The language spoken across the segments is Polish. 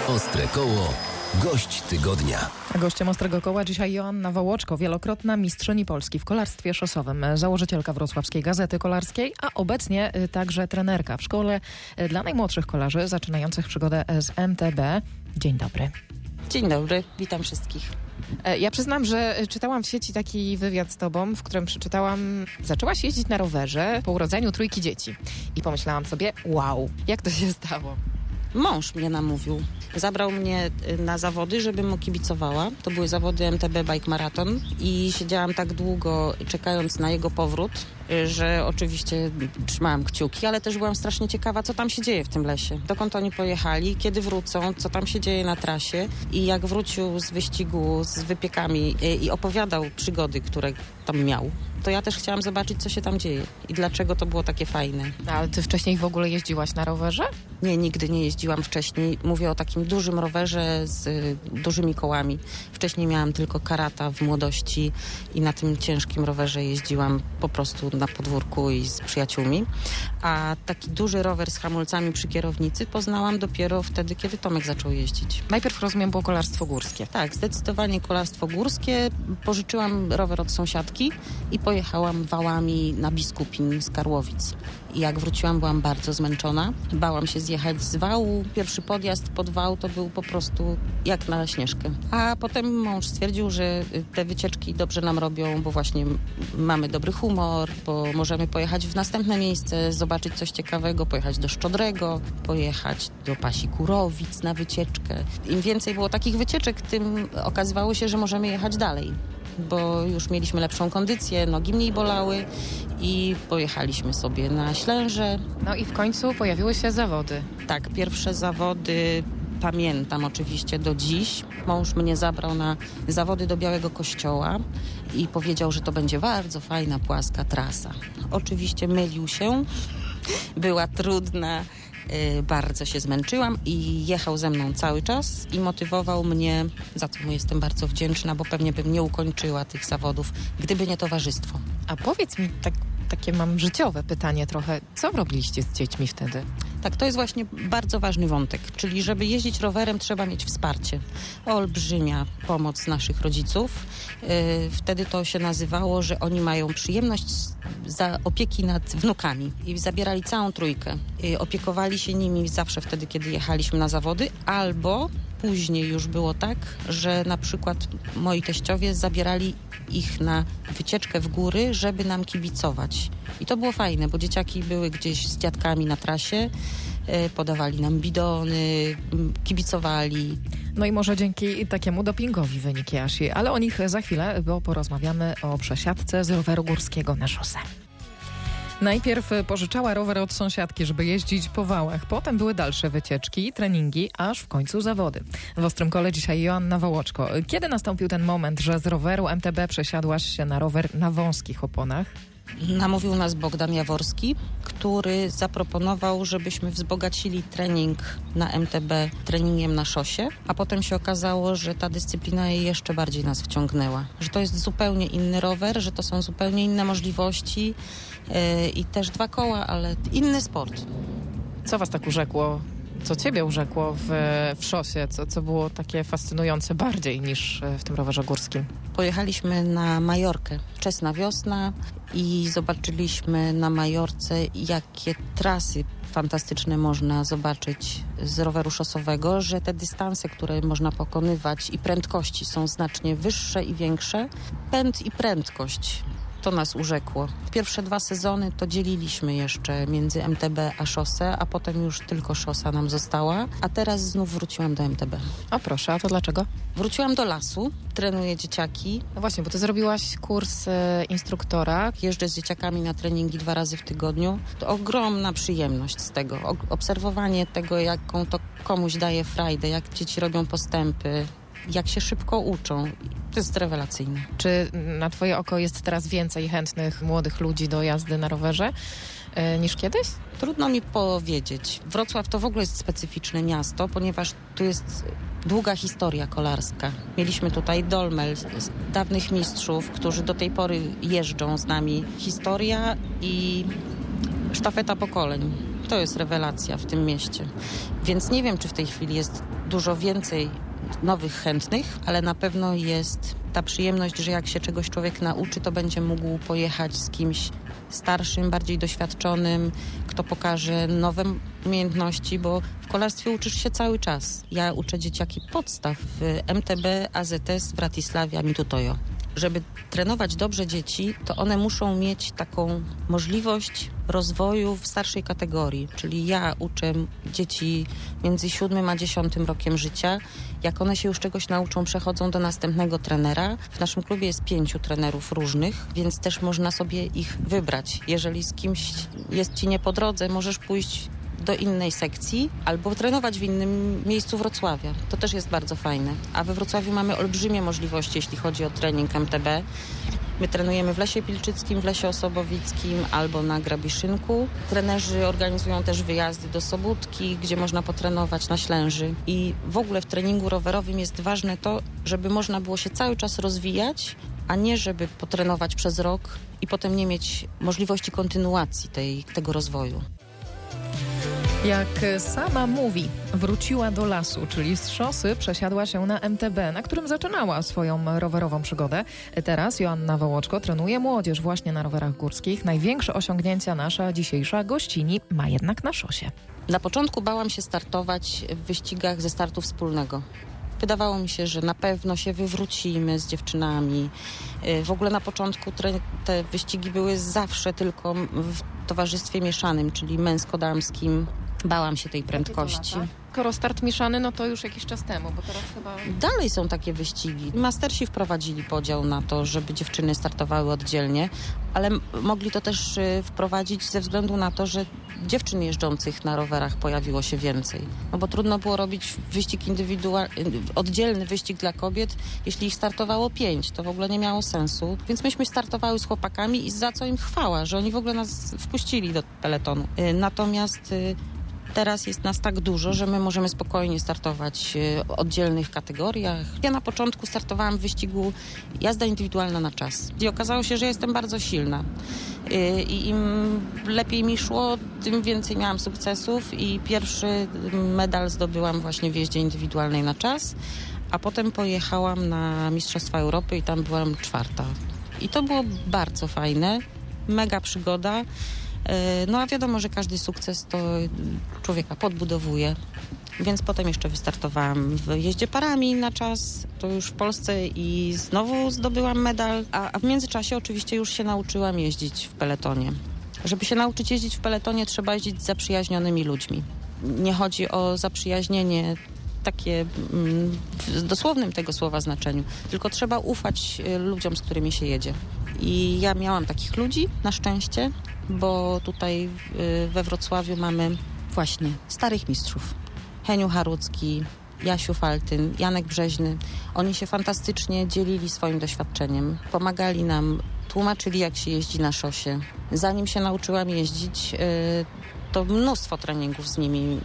Ostre Koło. Gość tygodnia. A gościem Ostrego Koła dzisiaj Joanna Wołoczko, wielokrotna mistrzyni Polski w kolarstwie szosowym, założycielka Wrocławskiej Gazety Kolarskiej, a obecnie także trenerka w szkole dla najmłodszych kolarzy zaczynających przygodę z MTB. Dzień dobry. Dzień dobry, witam wszystkich. Ja przyznam, że czytałam w sieci taki wywiad z tobą, w którym przeczytałam, zaczęłaś jeździć na rowerze po urodzeniu trójki dzieci. I pomyślałam sobie, wow, jak to się stało? Mąż mnie namówił. Zabrał mnie na zawody, żebym mu kibicowała. To były zawody MTB Bike Marathon i siedziałam tak długo czekając na jego powrót, że oczywiście trzymałam kciuki, ale też byłam strasznie ciekawa, co tam się dzieje w tym lesie. Dokąd oni pojechali, kiedy wrócą, co tam się dzieje na trasie. I jak wrócił z wyścigu z wypiekami i opowiadał przygody, które tam miał, to ja też chciałam zobaczyć, co się tam dzieje i dlaczego to było takie fajne. Ale ty wcześniej w ogóle jeździłaś na rowerze? Nie, nigdy nie jeździłam wcześniej. Mówię o takim dużym rowerze z dużymi kołami. Wcześniej miałam tylko karata w młodości i na tym ciężkim rowerze jeździłam po prostu na podwórku i z przyjaciółmi. A taki duży rower z hamulcami przy kierownicy poznałam dopiero wtedy, kiedy Tomek zaczął jeździć. Najpierw, rozumiem, było kolarstwo górskie. Tak, zdecydowanie kolarstwo górskie. Pożyczyłam rower od sąsiadki i pojechałam wałami na Biskupin z Karłowic. I jak wróciłam, byłam bardzo zmęczona. Bałam się zjechać z wału. Pierwszy podjazd pod wał to był po prostu jak na Śnieżkę. A potem mąż stwierdził, że te wycieczki dobrze nam robią, bo właśnie mamy dobry humor, bo możemy pojechać w następne miejsce, zobaczyć coś ciekawego, pojechać do Szczodrego, pojechać do Pasi Kurowic na wycieczkę. Im więcej było takich wycieczek, tym okazywało się, że możemy jechać dalej, bo już mieliśmy lepszą kondycję, nogi mniej bolały i pojechaliśmy sobie na Ślęże. No i w końcu pojawiły się zawody. Tak, pierwsze zawody pamiętam oczywiście do dziś. Mąż mnie zabrał na zawody do Białego Kościoła i powiedział, że to będzie bardzo fajna, płaska trasa. Oczywiście mylił się, była trudna. Bardzo się zmęczyłam i jechał ze mną cały czas i motywował mnie, za co mu jestem bardzo wdzięczna, bo pewnie bym nie ukończyła tych zawodów, gdyby nie towarzystwo. A powiedz mi, takie mam życiowe pytanie trochę, co robiliście z dziećmi wtedy? Tak, to jest właśnie bardzo ważny wątek, czyli żeby jeździć rowerem trzeba mieć wsparcie. Olbrzymia pomoc naszych rodziców. Wtedy to się nazywało, że oni mają przyjemność opieki nad wnukami i zabierali całą trójkę. Opiekowali się nimi zawsze wtedy, kiedy jechaliśmy na zawody, albo później już było tak, że na przykład moi teściowie zabierali ich na wycieczkę w góry, żeby nam kibicować. I to było fajne, bo dzieciaki były gdzieś z dziadkami na trasie, podawali nam bidony, kibicowali. No i może dzięki takiemu dopingowi wyniki Asi, ale o nich za chwilę, bo porozmawiamy o przesiadce z roweru górskiego na szosę. Najpierw pożyczała rower od sąsiadki, żeby jeździć po wałach. Potem były dalsze wycieczki, treningi, aż w końcu zawody. W Ostrym Kole dzisiaj Joanna Wołoczko. Kiedy nastąpił ten moment, że z roweru MTB przesiadłaś się na rower na wąskich oponach? Namówił nas Bogdan Jaworski, który zaproponował, żebyśmy wzbogacili trening na MTB treningiem na szosie, a potem się okazało, że ta dyscyplina jeszcze bardziej nas wciągnęła. Że to jest zupełnie inny rower, że to są zupełnie inne możliwości i też 2 koła, ale inny sport. Co was tak urzekło? Co ciebie urzekło w szosie? Co było takie fascynujące bardziej niż w tym rowerze górskim? Pojechaliśmy na Majorkę, wczesna wiosna i zobaczyliśmy na Majorce, jakie trasy fantastyczne można zobaczyć z roweru szosowego, że te dystanse, które można pokonywać i prędkości są znacznie wyższe i większe. Pęd i prędkość. To nas urzekło. Pierwsze 2 sezony to dzieliliśmy jeszcze między MTB a szosę, a potem już tylko szosa nam została, a teraz znów wróciłam do MTB. O proszę, a to dlaczego? Wróciłam do lasu, trenuję dzieciaki. No właśnie, bo ty zrobiłaś kurs instruktora. Jeżdżę z dzieciakami na treningi 2 razy w tygodniu. To ogromna przyjemność z tego. Obserwowanie tego, jaką to komuś daje frajdę, jak dzieci robią postępy, jak się szybko uczą. To jest rewelacyjne. Czy na twoje oko jest teraz więcej chętnych młodych ludzi do jazdy na rowerze niż kiedyś? Trudno mi powiedzieć. Wrocław to w ogóle jest specyficzne miasto, ponieważ tu jest długa historia kolarska. Mieliśmy tutaj Dolmel, dawnych mistrzów, którzy do tej pory jeżdżą z nami. Historia i sztafeta pokoleń. To jest rewelacja w tym mieście. Więc nie wiem, czy w tej chwili jest dużo więcej nowych chętnych, ale na pewno jest ta przyjemność, że jak się czegoś człowiek nauczy, to będzie mógł pojechać z kimś starszym, bardziej doświadczonym, kto pokaże nowe umiejętności, bo w kolarstwie uczysz się cały czas. Ja uczę dzieciaki podstaw w MTB, AZS w Bratislavie, Mitutoyo. Żeby trenować dobrze dzieci, to one muszą mieć taką możliwość rozwoju w starszej kategorii. Czyli ja uczę dzieci między 7 a 10 rokiem życia. Jak one się już czegoś nauczą, przechodzą do następnego trenera. W naszym klubie jest 5 trenerów różnych, więc też można sobie ich wybrać. Jeżeli z kimś jest ci nie po drodze, możesz pójść do innej sekcji albo trenować w innym miejscu Wrocławia. To też jest bardzo fajne. A we Wrocławiu mamy olbrzymie możliwości, jeśli chodzi o trening MTB. My trenujemy w Lesie Pilczyckim, w Lesie Osobowickim albo na Grabiszynku. Trenerzy organizują też wyjazdy do Sobótki, gdzie można potrenować na Ślęży. I w ogóle w treningu rowerowym jest ważne to, żeby można było się cały czas rozwijać, a nie żeby potrenować przez rok i potem nie mieć możliwości kontynuacji tego rozwoju. Jak sama mówi, wróciła do lasu, czyli z szosy przesiadła się na MTB, na którym zaczynała swoją rowerową przygodę. Teraz Joanna Wołoczko trenuje młodzież właśnie na rowerach górskich. Największe osiągnięcia nasza dzisiejsza gościni ma jednak na szosie. Na początku bałam się startować w wyścigach ze startu wspólnego. Wydawało mi się, że na pewno się wywrócimy z dziewczynami. W ogóle na początku te wyścigi były zawsze tylko w towarzystwie mieszanym, czyli męsko-damskim. Bałam się tej prędkości. Skoro start mieszany, no to już jakiś czas temu, bo teraz chyba... Dalej są takie wyścigi. Mastersi wprowadzili podział na to, żeby dziewczyny startowały oddzielnie, ale mogli to też wprowadzić ze względu na to, że dziewczyn jeżdżących na rowerach pojawiło się więcej. No bo trudno było robić wyścig oddzielny wyścig dla kobiet, jeśli ich startowało 5. To w ogóle nie miało sensu. Więc myśmy startowały z chłopakami i za co im chwała, że oni w ogóle nas wpuścili do peletonu. Natomiast teraz jest nas tak dużo, że my możemy spokojnie startować w oddzielnych kategoriach. Ja na początku startowałam w wyścigu jazda indywidualna na czas. I okazało się, że jestem bardzo silna. I im lepiej mi szło, tym więcej miałam sukcesów i pierwszy medal zdobyłam właśnie w jeździe indywidualnej na czas, a potem pojechałam na Mistrzostwa Europy i tam byłam 4. I to było bardzo fajne, mega przygoda. No a wiadomo, że każdy sukces to człowieka podbudowuje, więc potem jeszcze wystartowałam w jeździe parami na czas, to już w Polsce i znowu zdobyłam medal, a w międzyczasie oczywiście już się nauczyłam jeździć w peletonie. Żeby się nauczyć jeździć w peletonie, trzeba jeździć z zaprzyjaźnionymi ludźmi. Nie chodzi o zaprzyjaźnienie takie w dosłownym tego słowa znaczeniu, tylko trzeba ufać ludziom, z którymi się jedzie. I ja miałam takich ludzi, na szczęście, bo tutaj we Wrocławiu mamy właśnie starych mistrzów. Heniu Harucki, Jasiu Faltyn, Janek Brzeźny. Oni się fantastycznie dzielili swoim doświadczeniem. Pomagali nam, tłumaczyli, jak się jeździ na szosie. Zanim się nauczyłam jeździć, to mnóstwo treningów z nimi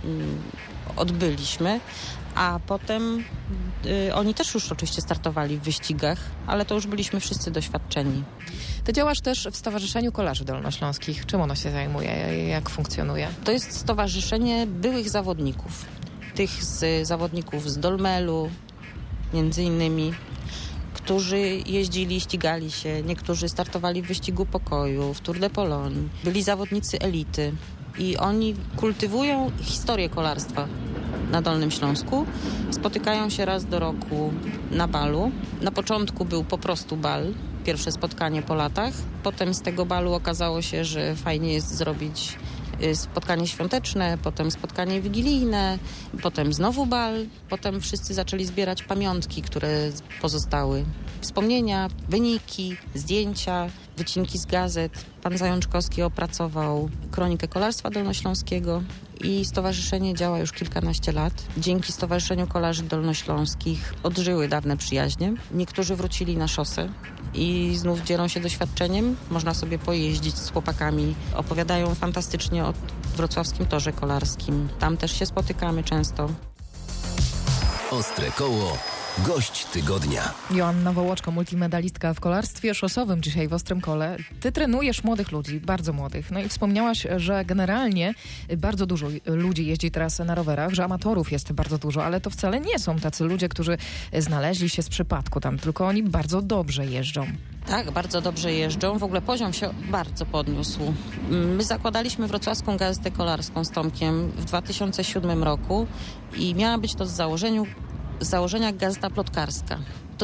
odbyliśmy, a potem oni też już oczywiście startowali w wyścigach, ale to już byliśmy wszyscy doświadczeni. Ty działasz też w Stowarzyszeniu Kolarzy Dolnośląskich. Czym ono się zajmuje? Jak funkcjonuje? To jest stowarzyszenie byłych zawodników. Tych zawodników z Dolmelu, między innymi, którzy jeździli, ścigali się. Niektórzy startowali w wyścigu pokoju, w Tour de Pologne. Byli zawodnicy elity i oni kultywują historię kolarstwa na Dolnym Śląsku. Spotykają się raz do roku na balu. Na początku był po prostu bal, pierwsze spotkanie po latach. Potem z tego balu okazało się, że fajnie jest zrobić spotkanie świąteczne, potem spotkanie wigilijne, potem znowu bal. Potem wszyscy zaczęli zbierać pamiątki, które pozostały. Wspomnienia, wyniki, zdjęcia, wycinki z gazet. Pan Zajączkowski opracował kronikę kolarstwa dolnośląskiego i stowarzyszenie działa już kilkanaście lat. Dzięki Stowarzyszeniu Kolarzy Dolnośląskich odżyły dawne przyjaźnie. Niektórzy wrócili na szosę i znów dzielą się doświadczeniem. Można sobie pojeździć z chłopakami. Opowiadają fantastycznie o wrocławskim torze kolarskim. Tam też się spotykamy często. Ostre koło Gość tygodnia. Joanna Wołoczko, multimedalistka w kolarstwie szosowym dzisiaj w Ostrym Kole. Ty trenujesz młodych ludzi, bardzo młodych. No i wspomniałaś, że generalnie bardzo dużo ludzi jeździ teraz na rowerach, że amatorów jest bardzo dużo, ale to wcale nie są tacy ludzie, którzy znaleźli się z przypadku tam, tylko oni bardzo dobrze jeżdżą. Tak, bardzo dobrze jeżdżą. W ogóle poziom się bardzo podniósł. My zakładaliśmy Wrocławską Gazetę Kolarską z Tomkiem w 2007 roku i miała być to z założenia gazeta plotkarska.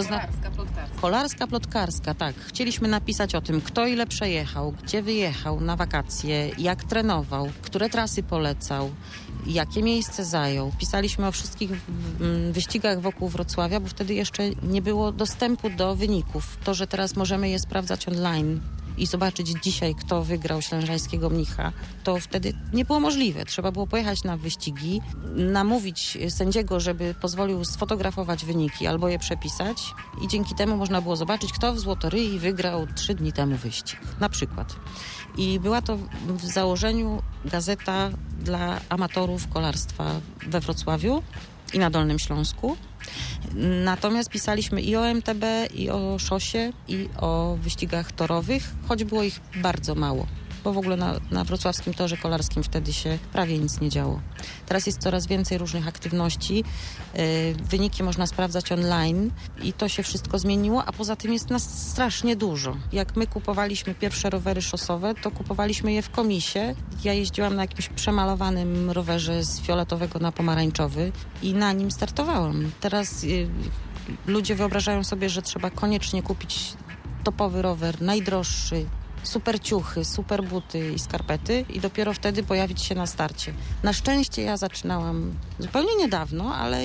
Kolarska, plotkarska, tak. Chcieliśmy napisać o tym, kto ile przejechał, gdzie wyjechał na wakacje, jak trenował, które trasy polecał, jakie miejsce zajął. Pisaliśmy o wszystkich wyścigach wokół Wrocławia, bo wtedy jeszcze nie było dostępu do wyników. To, że teraz możemy je sprawdzać online i zobaczyć dzisiaj, kto wygrał Ślężańskiego Mnicha, to wtedy nie było możliwe. Trzeba było pojechać na wyścigi, namówić sędziego, żeby pozwolił sfotografować wyniki albo je przepisać i dzięki temu można było zobaczyć, kto w Złotoryi wygrał 3 dni temu wyścig, na przykład. I była to w założeniu gazeta dla amatorów kolarstwa we Wrocławiu i na Dolnym Śląsku. Natomiast pisaliśmy i o MTB, i o szosie, i o wyścigach torowych, choć było ich bardzo mało, bo w ogóle na wrocławskim torze kolarskim wtedy się prawie nic nie działo. Teraz jest coraz więcej różnych aktywności, wyniki można sprawdzać online i to się wszystko zmieniło, a poza tym jest nas strasznie dużo. Jak my kupowaliśmy pierwsze rowery szosowe, to kupowaliśmy je w komisie. Ja jeździłam na jakimś przemalowanym rowerze z fioletowego na pomarańczowy i na nim startowałam. Teraz ludzie wyobrażają sobie, że trzeba koniecznie kupić topowy rower, najdroższy, super ciuchy, super buty i skarpety i dopiero wtedy pojawić się na starcie. Na szczęście ja zaczynałam zupełnie niedawno, ale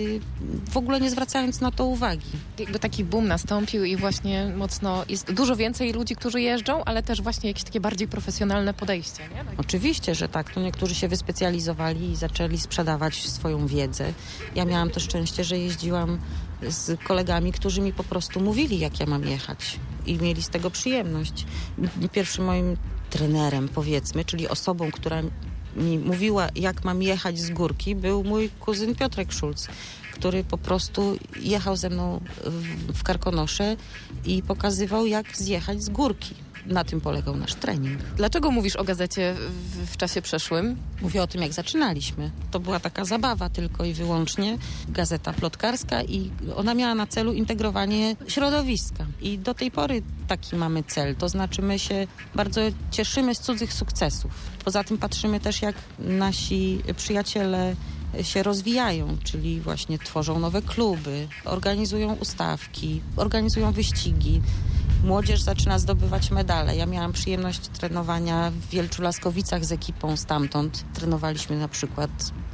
w ogóle nie zwracając na to uwagi. Jakby taki boom nastąpił i właśnie mocno jest dużo więcej ludzi, którzy jeżdżą, ale też właśnie jakieś takie bardziej profesjonalne podejście, nie? Tak. Oczywiście, że tak. Tu niektórzy się wyspecjalizowali i zaczęli sprzedawać swoją wiedzę. Ja miałam to szczęście, że jeździłam z kolegami, którzy mi po prostu mówili, jak ja mam jechać i mieli z tego przyjemność. Pierwszym moim trenerem, powiedzmy, czyli osobą, która mi mówiła, jak mam jechać z górki, był mój kuzyn Piotrek Szulc, który po prostu jechał ze mną w Karkonosze i pokazywał, jak zjechać z górki. Na tym polegał nasz trening. Dlaczego mówisz o gazecie w czasie przeszłym? Mówię o tym, jak zaczynaliśmy. To była taka zabawa tylko i wyłącznie. Gazeta plotkarska i ona miała na celu integrowanie środowiska. I do tej pory taki mamy cel. To znaczy my się bardzo cieszymy z cudzych sukcesów. Poza tym patrzymy też, jak nasi przyjaciele się rozwijają, czyli właśnie tworzą nowe kluby, organizują ustawki, organizują wyścigi. Młodzież zaczyna zdobywać medale. Ja miałam przyjemność trenowania w Wielczu Laskowicach z ekipą stamtąd. Trenowaliśmy na przykład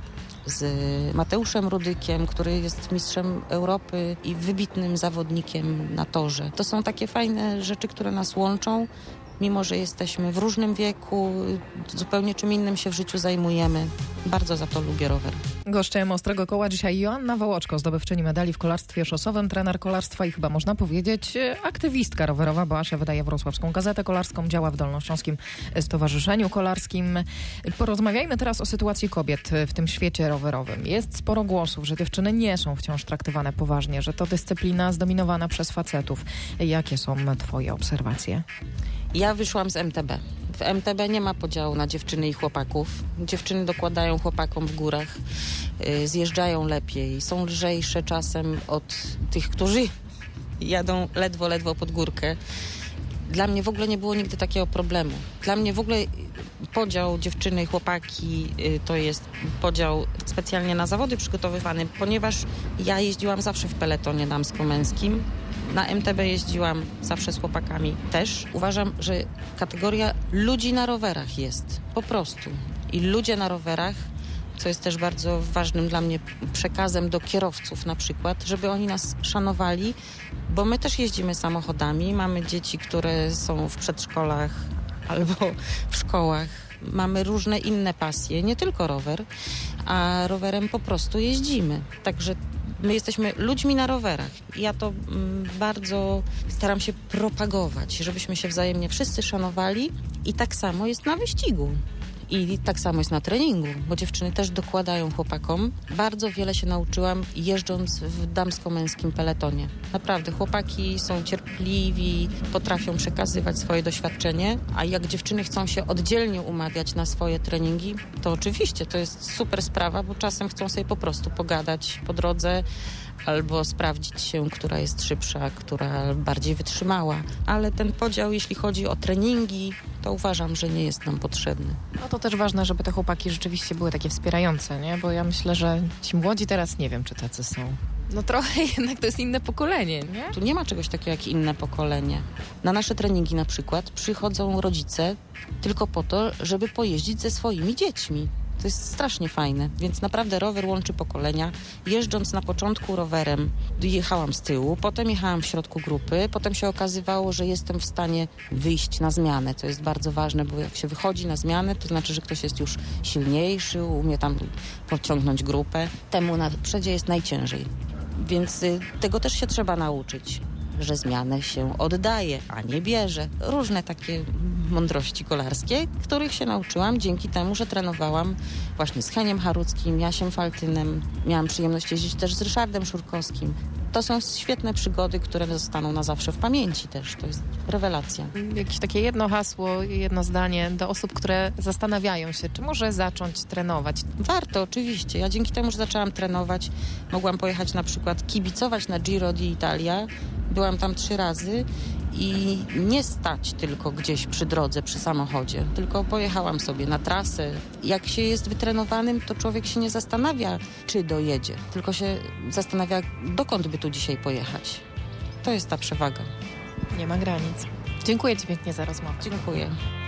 z Mateuszem Rudykiem, który jest mistrzem Europy i wybitnym zawodnikiem na torze. To są takie fajne rzeczy, które nas łączą. Mimo że jesteśmy w różnym wieku, zupełnie czym innym się w życiu zajmujemy. Bardzo za to lubię rower. Gościem Ostrego Koła dzisiaj Joanna Wołoczko, zdobywczyni medali w kolarstwie szosowym, trener kolarstwa i chyba można powiedzieć aktywistka rowerowa, bo Asia wydaje Wrocławską Gazetę Kolarską, działa w Dolnośląskim Stowarzyszeniu Kolarskim. Porozmawiajmy teraz o sytuacji kobiet w tym świecie rowerowym. Jest sporo głosów, że dziewczyny nie są wciąż traktowane poważnie, że to dyscyplina zdominowana przez facetów. Jakie są twoje obserwacje? Ja wyszłam z MTB. W MTB nie ma podziału na dziewczyny i chłopaków. Dziewczyny dokładają chłopakom w górach, zjeżdżają lepiej, są lżejsze czasem od tych, którzy jadą ledwo pod górkę. Dla mnie w ogóle nie było nigdy takiego problemu. Dla mnie w ogóle podział dziewczyny i chłopaki to jest podział specjalnie na zawody przygotowywany, ponieważ ja jeździłam zawsze w peletonie damsko-męskim. Na MTB jeździłam zawsze z chłopakami też. Uważam, że kategoria ludzi na rowerach jest po prostu. I ludzie na rowerach, co jest też bardzo ważnym dla mnie przekazem do kierowców na przykład, żeby oni nas szanowali, bo my też jeździmy samochodami, mamy dzieci, które są w przedszkolach albo w szkołach. Mamy różne inne pasje, nie tylko rower, a rowerem po prostu jeździmy. Także my jesteśmy ludźmi na rowerach. Ja to bardzo staram się propagować, żebyśmy się wzajemnie wszyscy szanowali i tak samo jest na wyścigu. I tak samo jest na treningu, bo dziewczyny też dokładają chłopakom. Bardzo wiele się nauczyłam jeżdżąc w damsko-męskim peletonie. Naprawdę, chłopaki są cierpliwi, potrafią przekazywać swoje doświadczenie, a jak dziewczyny chcą się oddzielnie umawiać na swoje treningi, to oczywiście to jest super sprawa, bo czasem chcą sobie po prostu pogadać po drodze, albo sprawdzić się, która jest szybsza, która bardziej wytrzymała. Ale ten podział, jeśli chodzi o treningi, to uważam, że nie jest nam potrzebny. No to też ważne, żeby te chłopaki rzeczywiście były takie wspierające, nie? Bo ja myślę, że ci młodzi teraz nie wiem, czy tacy są. No trochę jednak to jest inne pokolenie, nie? Tu nie ma czegoś takiego jak inne pokolenie. Na nasze treningi na przykład przychodzą rodzice tylko po to, żeby pojeździć ze swoimi dziećmi. To jest strasznie fajne, więc naprawdę rower łączy pokolenia. Jeżdżąc na początku rowerem, jechałam z tyłu, potem jechałam w środku grupy, potem się okazywało, że jestem w stanie wyjść na zmianę, co jest bardzo ważne, bo jak się wychodzi na zmianę, to znaczy, że ktoś jest już silniejszy, umie tam pociągnąć grupę. Temu na przodzie jest najciężej, więc tego też się trzeba nauczyć, że zmianę się oddaje, a nie bierze. Różne takie mądrości kolarskie, których się nauczyłam dzięki temu, że trenowałam właśnie z Heniem Haruckim, Jasiem Faltynem. Miałam przyjemność jeździć też z Ryszardem Szurkowskim. To są świetne przygody, które zostaną na zawsze w pamięci też. To jest rewelacja. Jakieś takie jedno hasło, jedno zdanie do osób, które zastanawiają się, czy może zacząć trenować. Warto, oczywiście. Ja dzięki temu, że zaczęłam trenować, mogłam pojechać na przykład kibicować na Giro d'Italia. Byłam tam 3 razy i nie stać tylko gdzieś przy drodze, przy samochodzie, tylko pojechałam sobie na trasę. Jak się jest wytrenowanym, to człowiek się nie zastanawia, czy dojedzie, tylko się zastanawia, dokąd by tu dzisiaj pojechać. To jest ta przewaga. Nie ma granic. Dziękuję Ci pięknie za rozmowę. Dziękuję.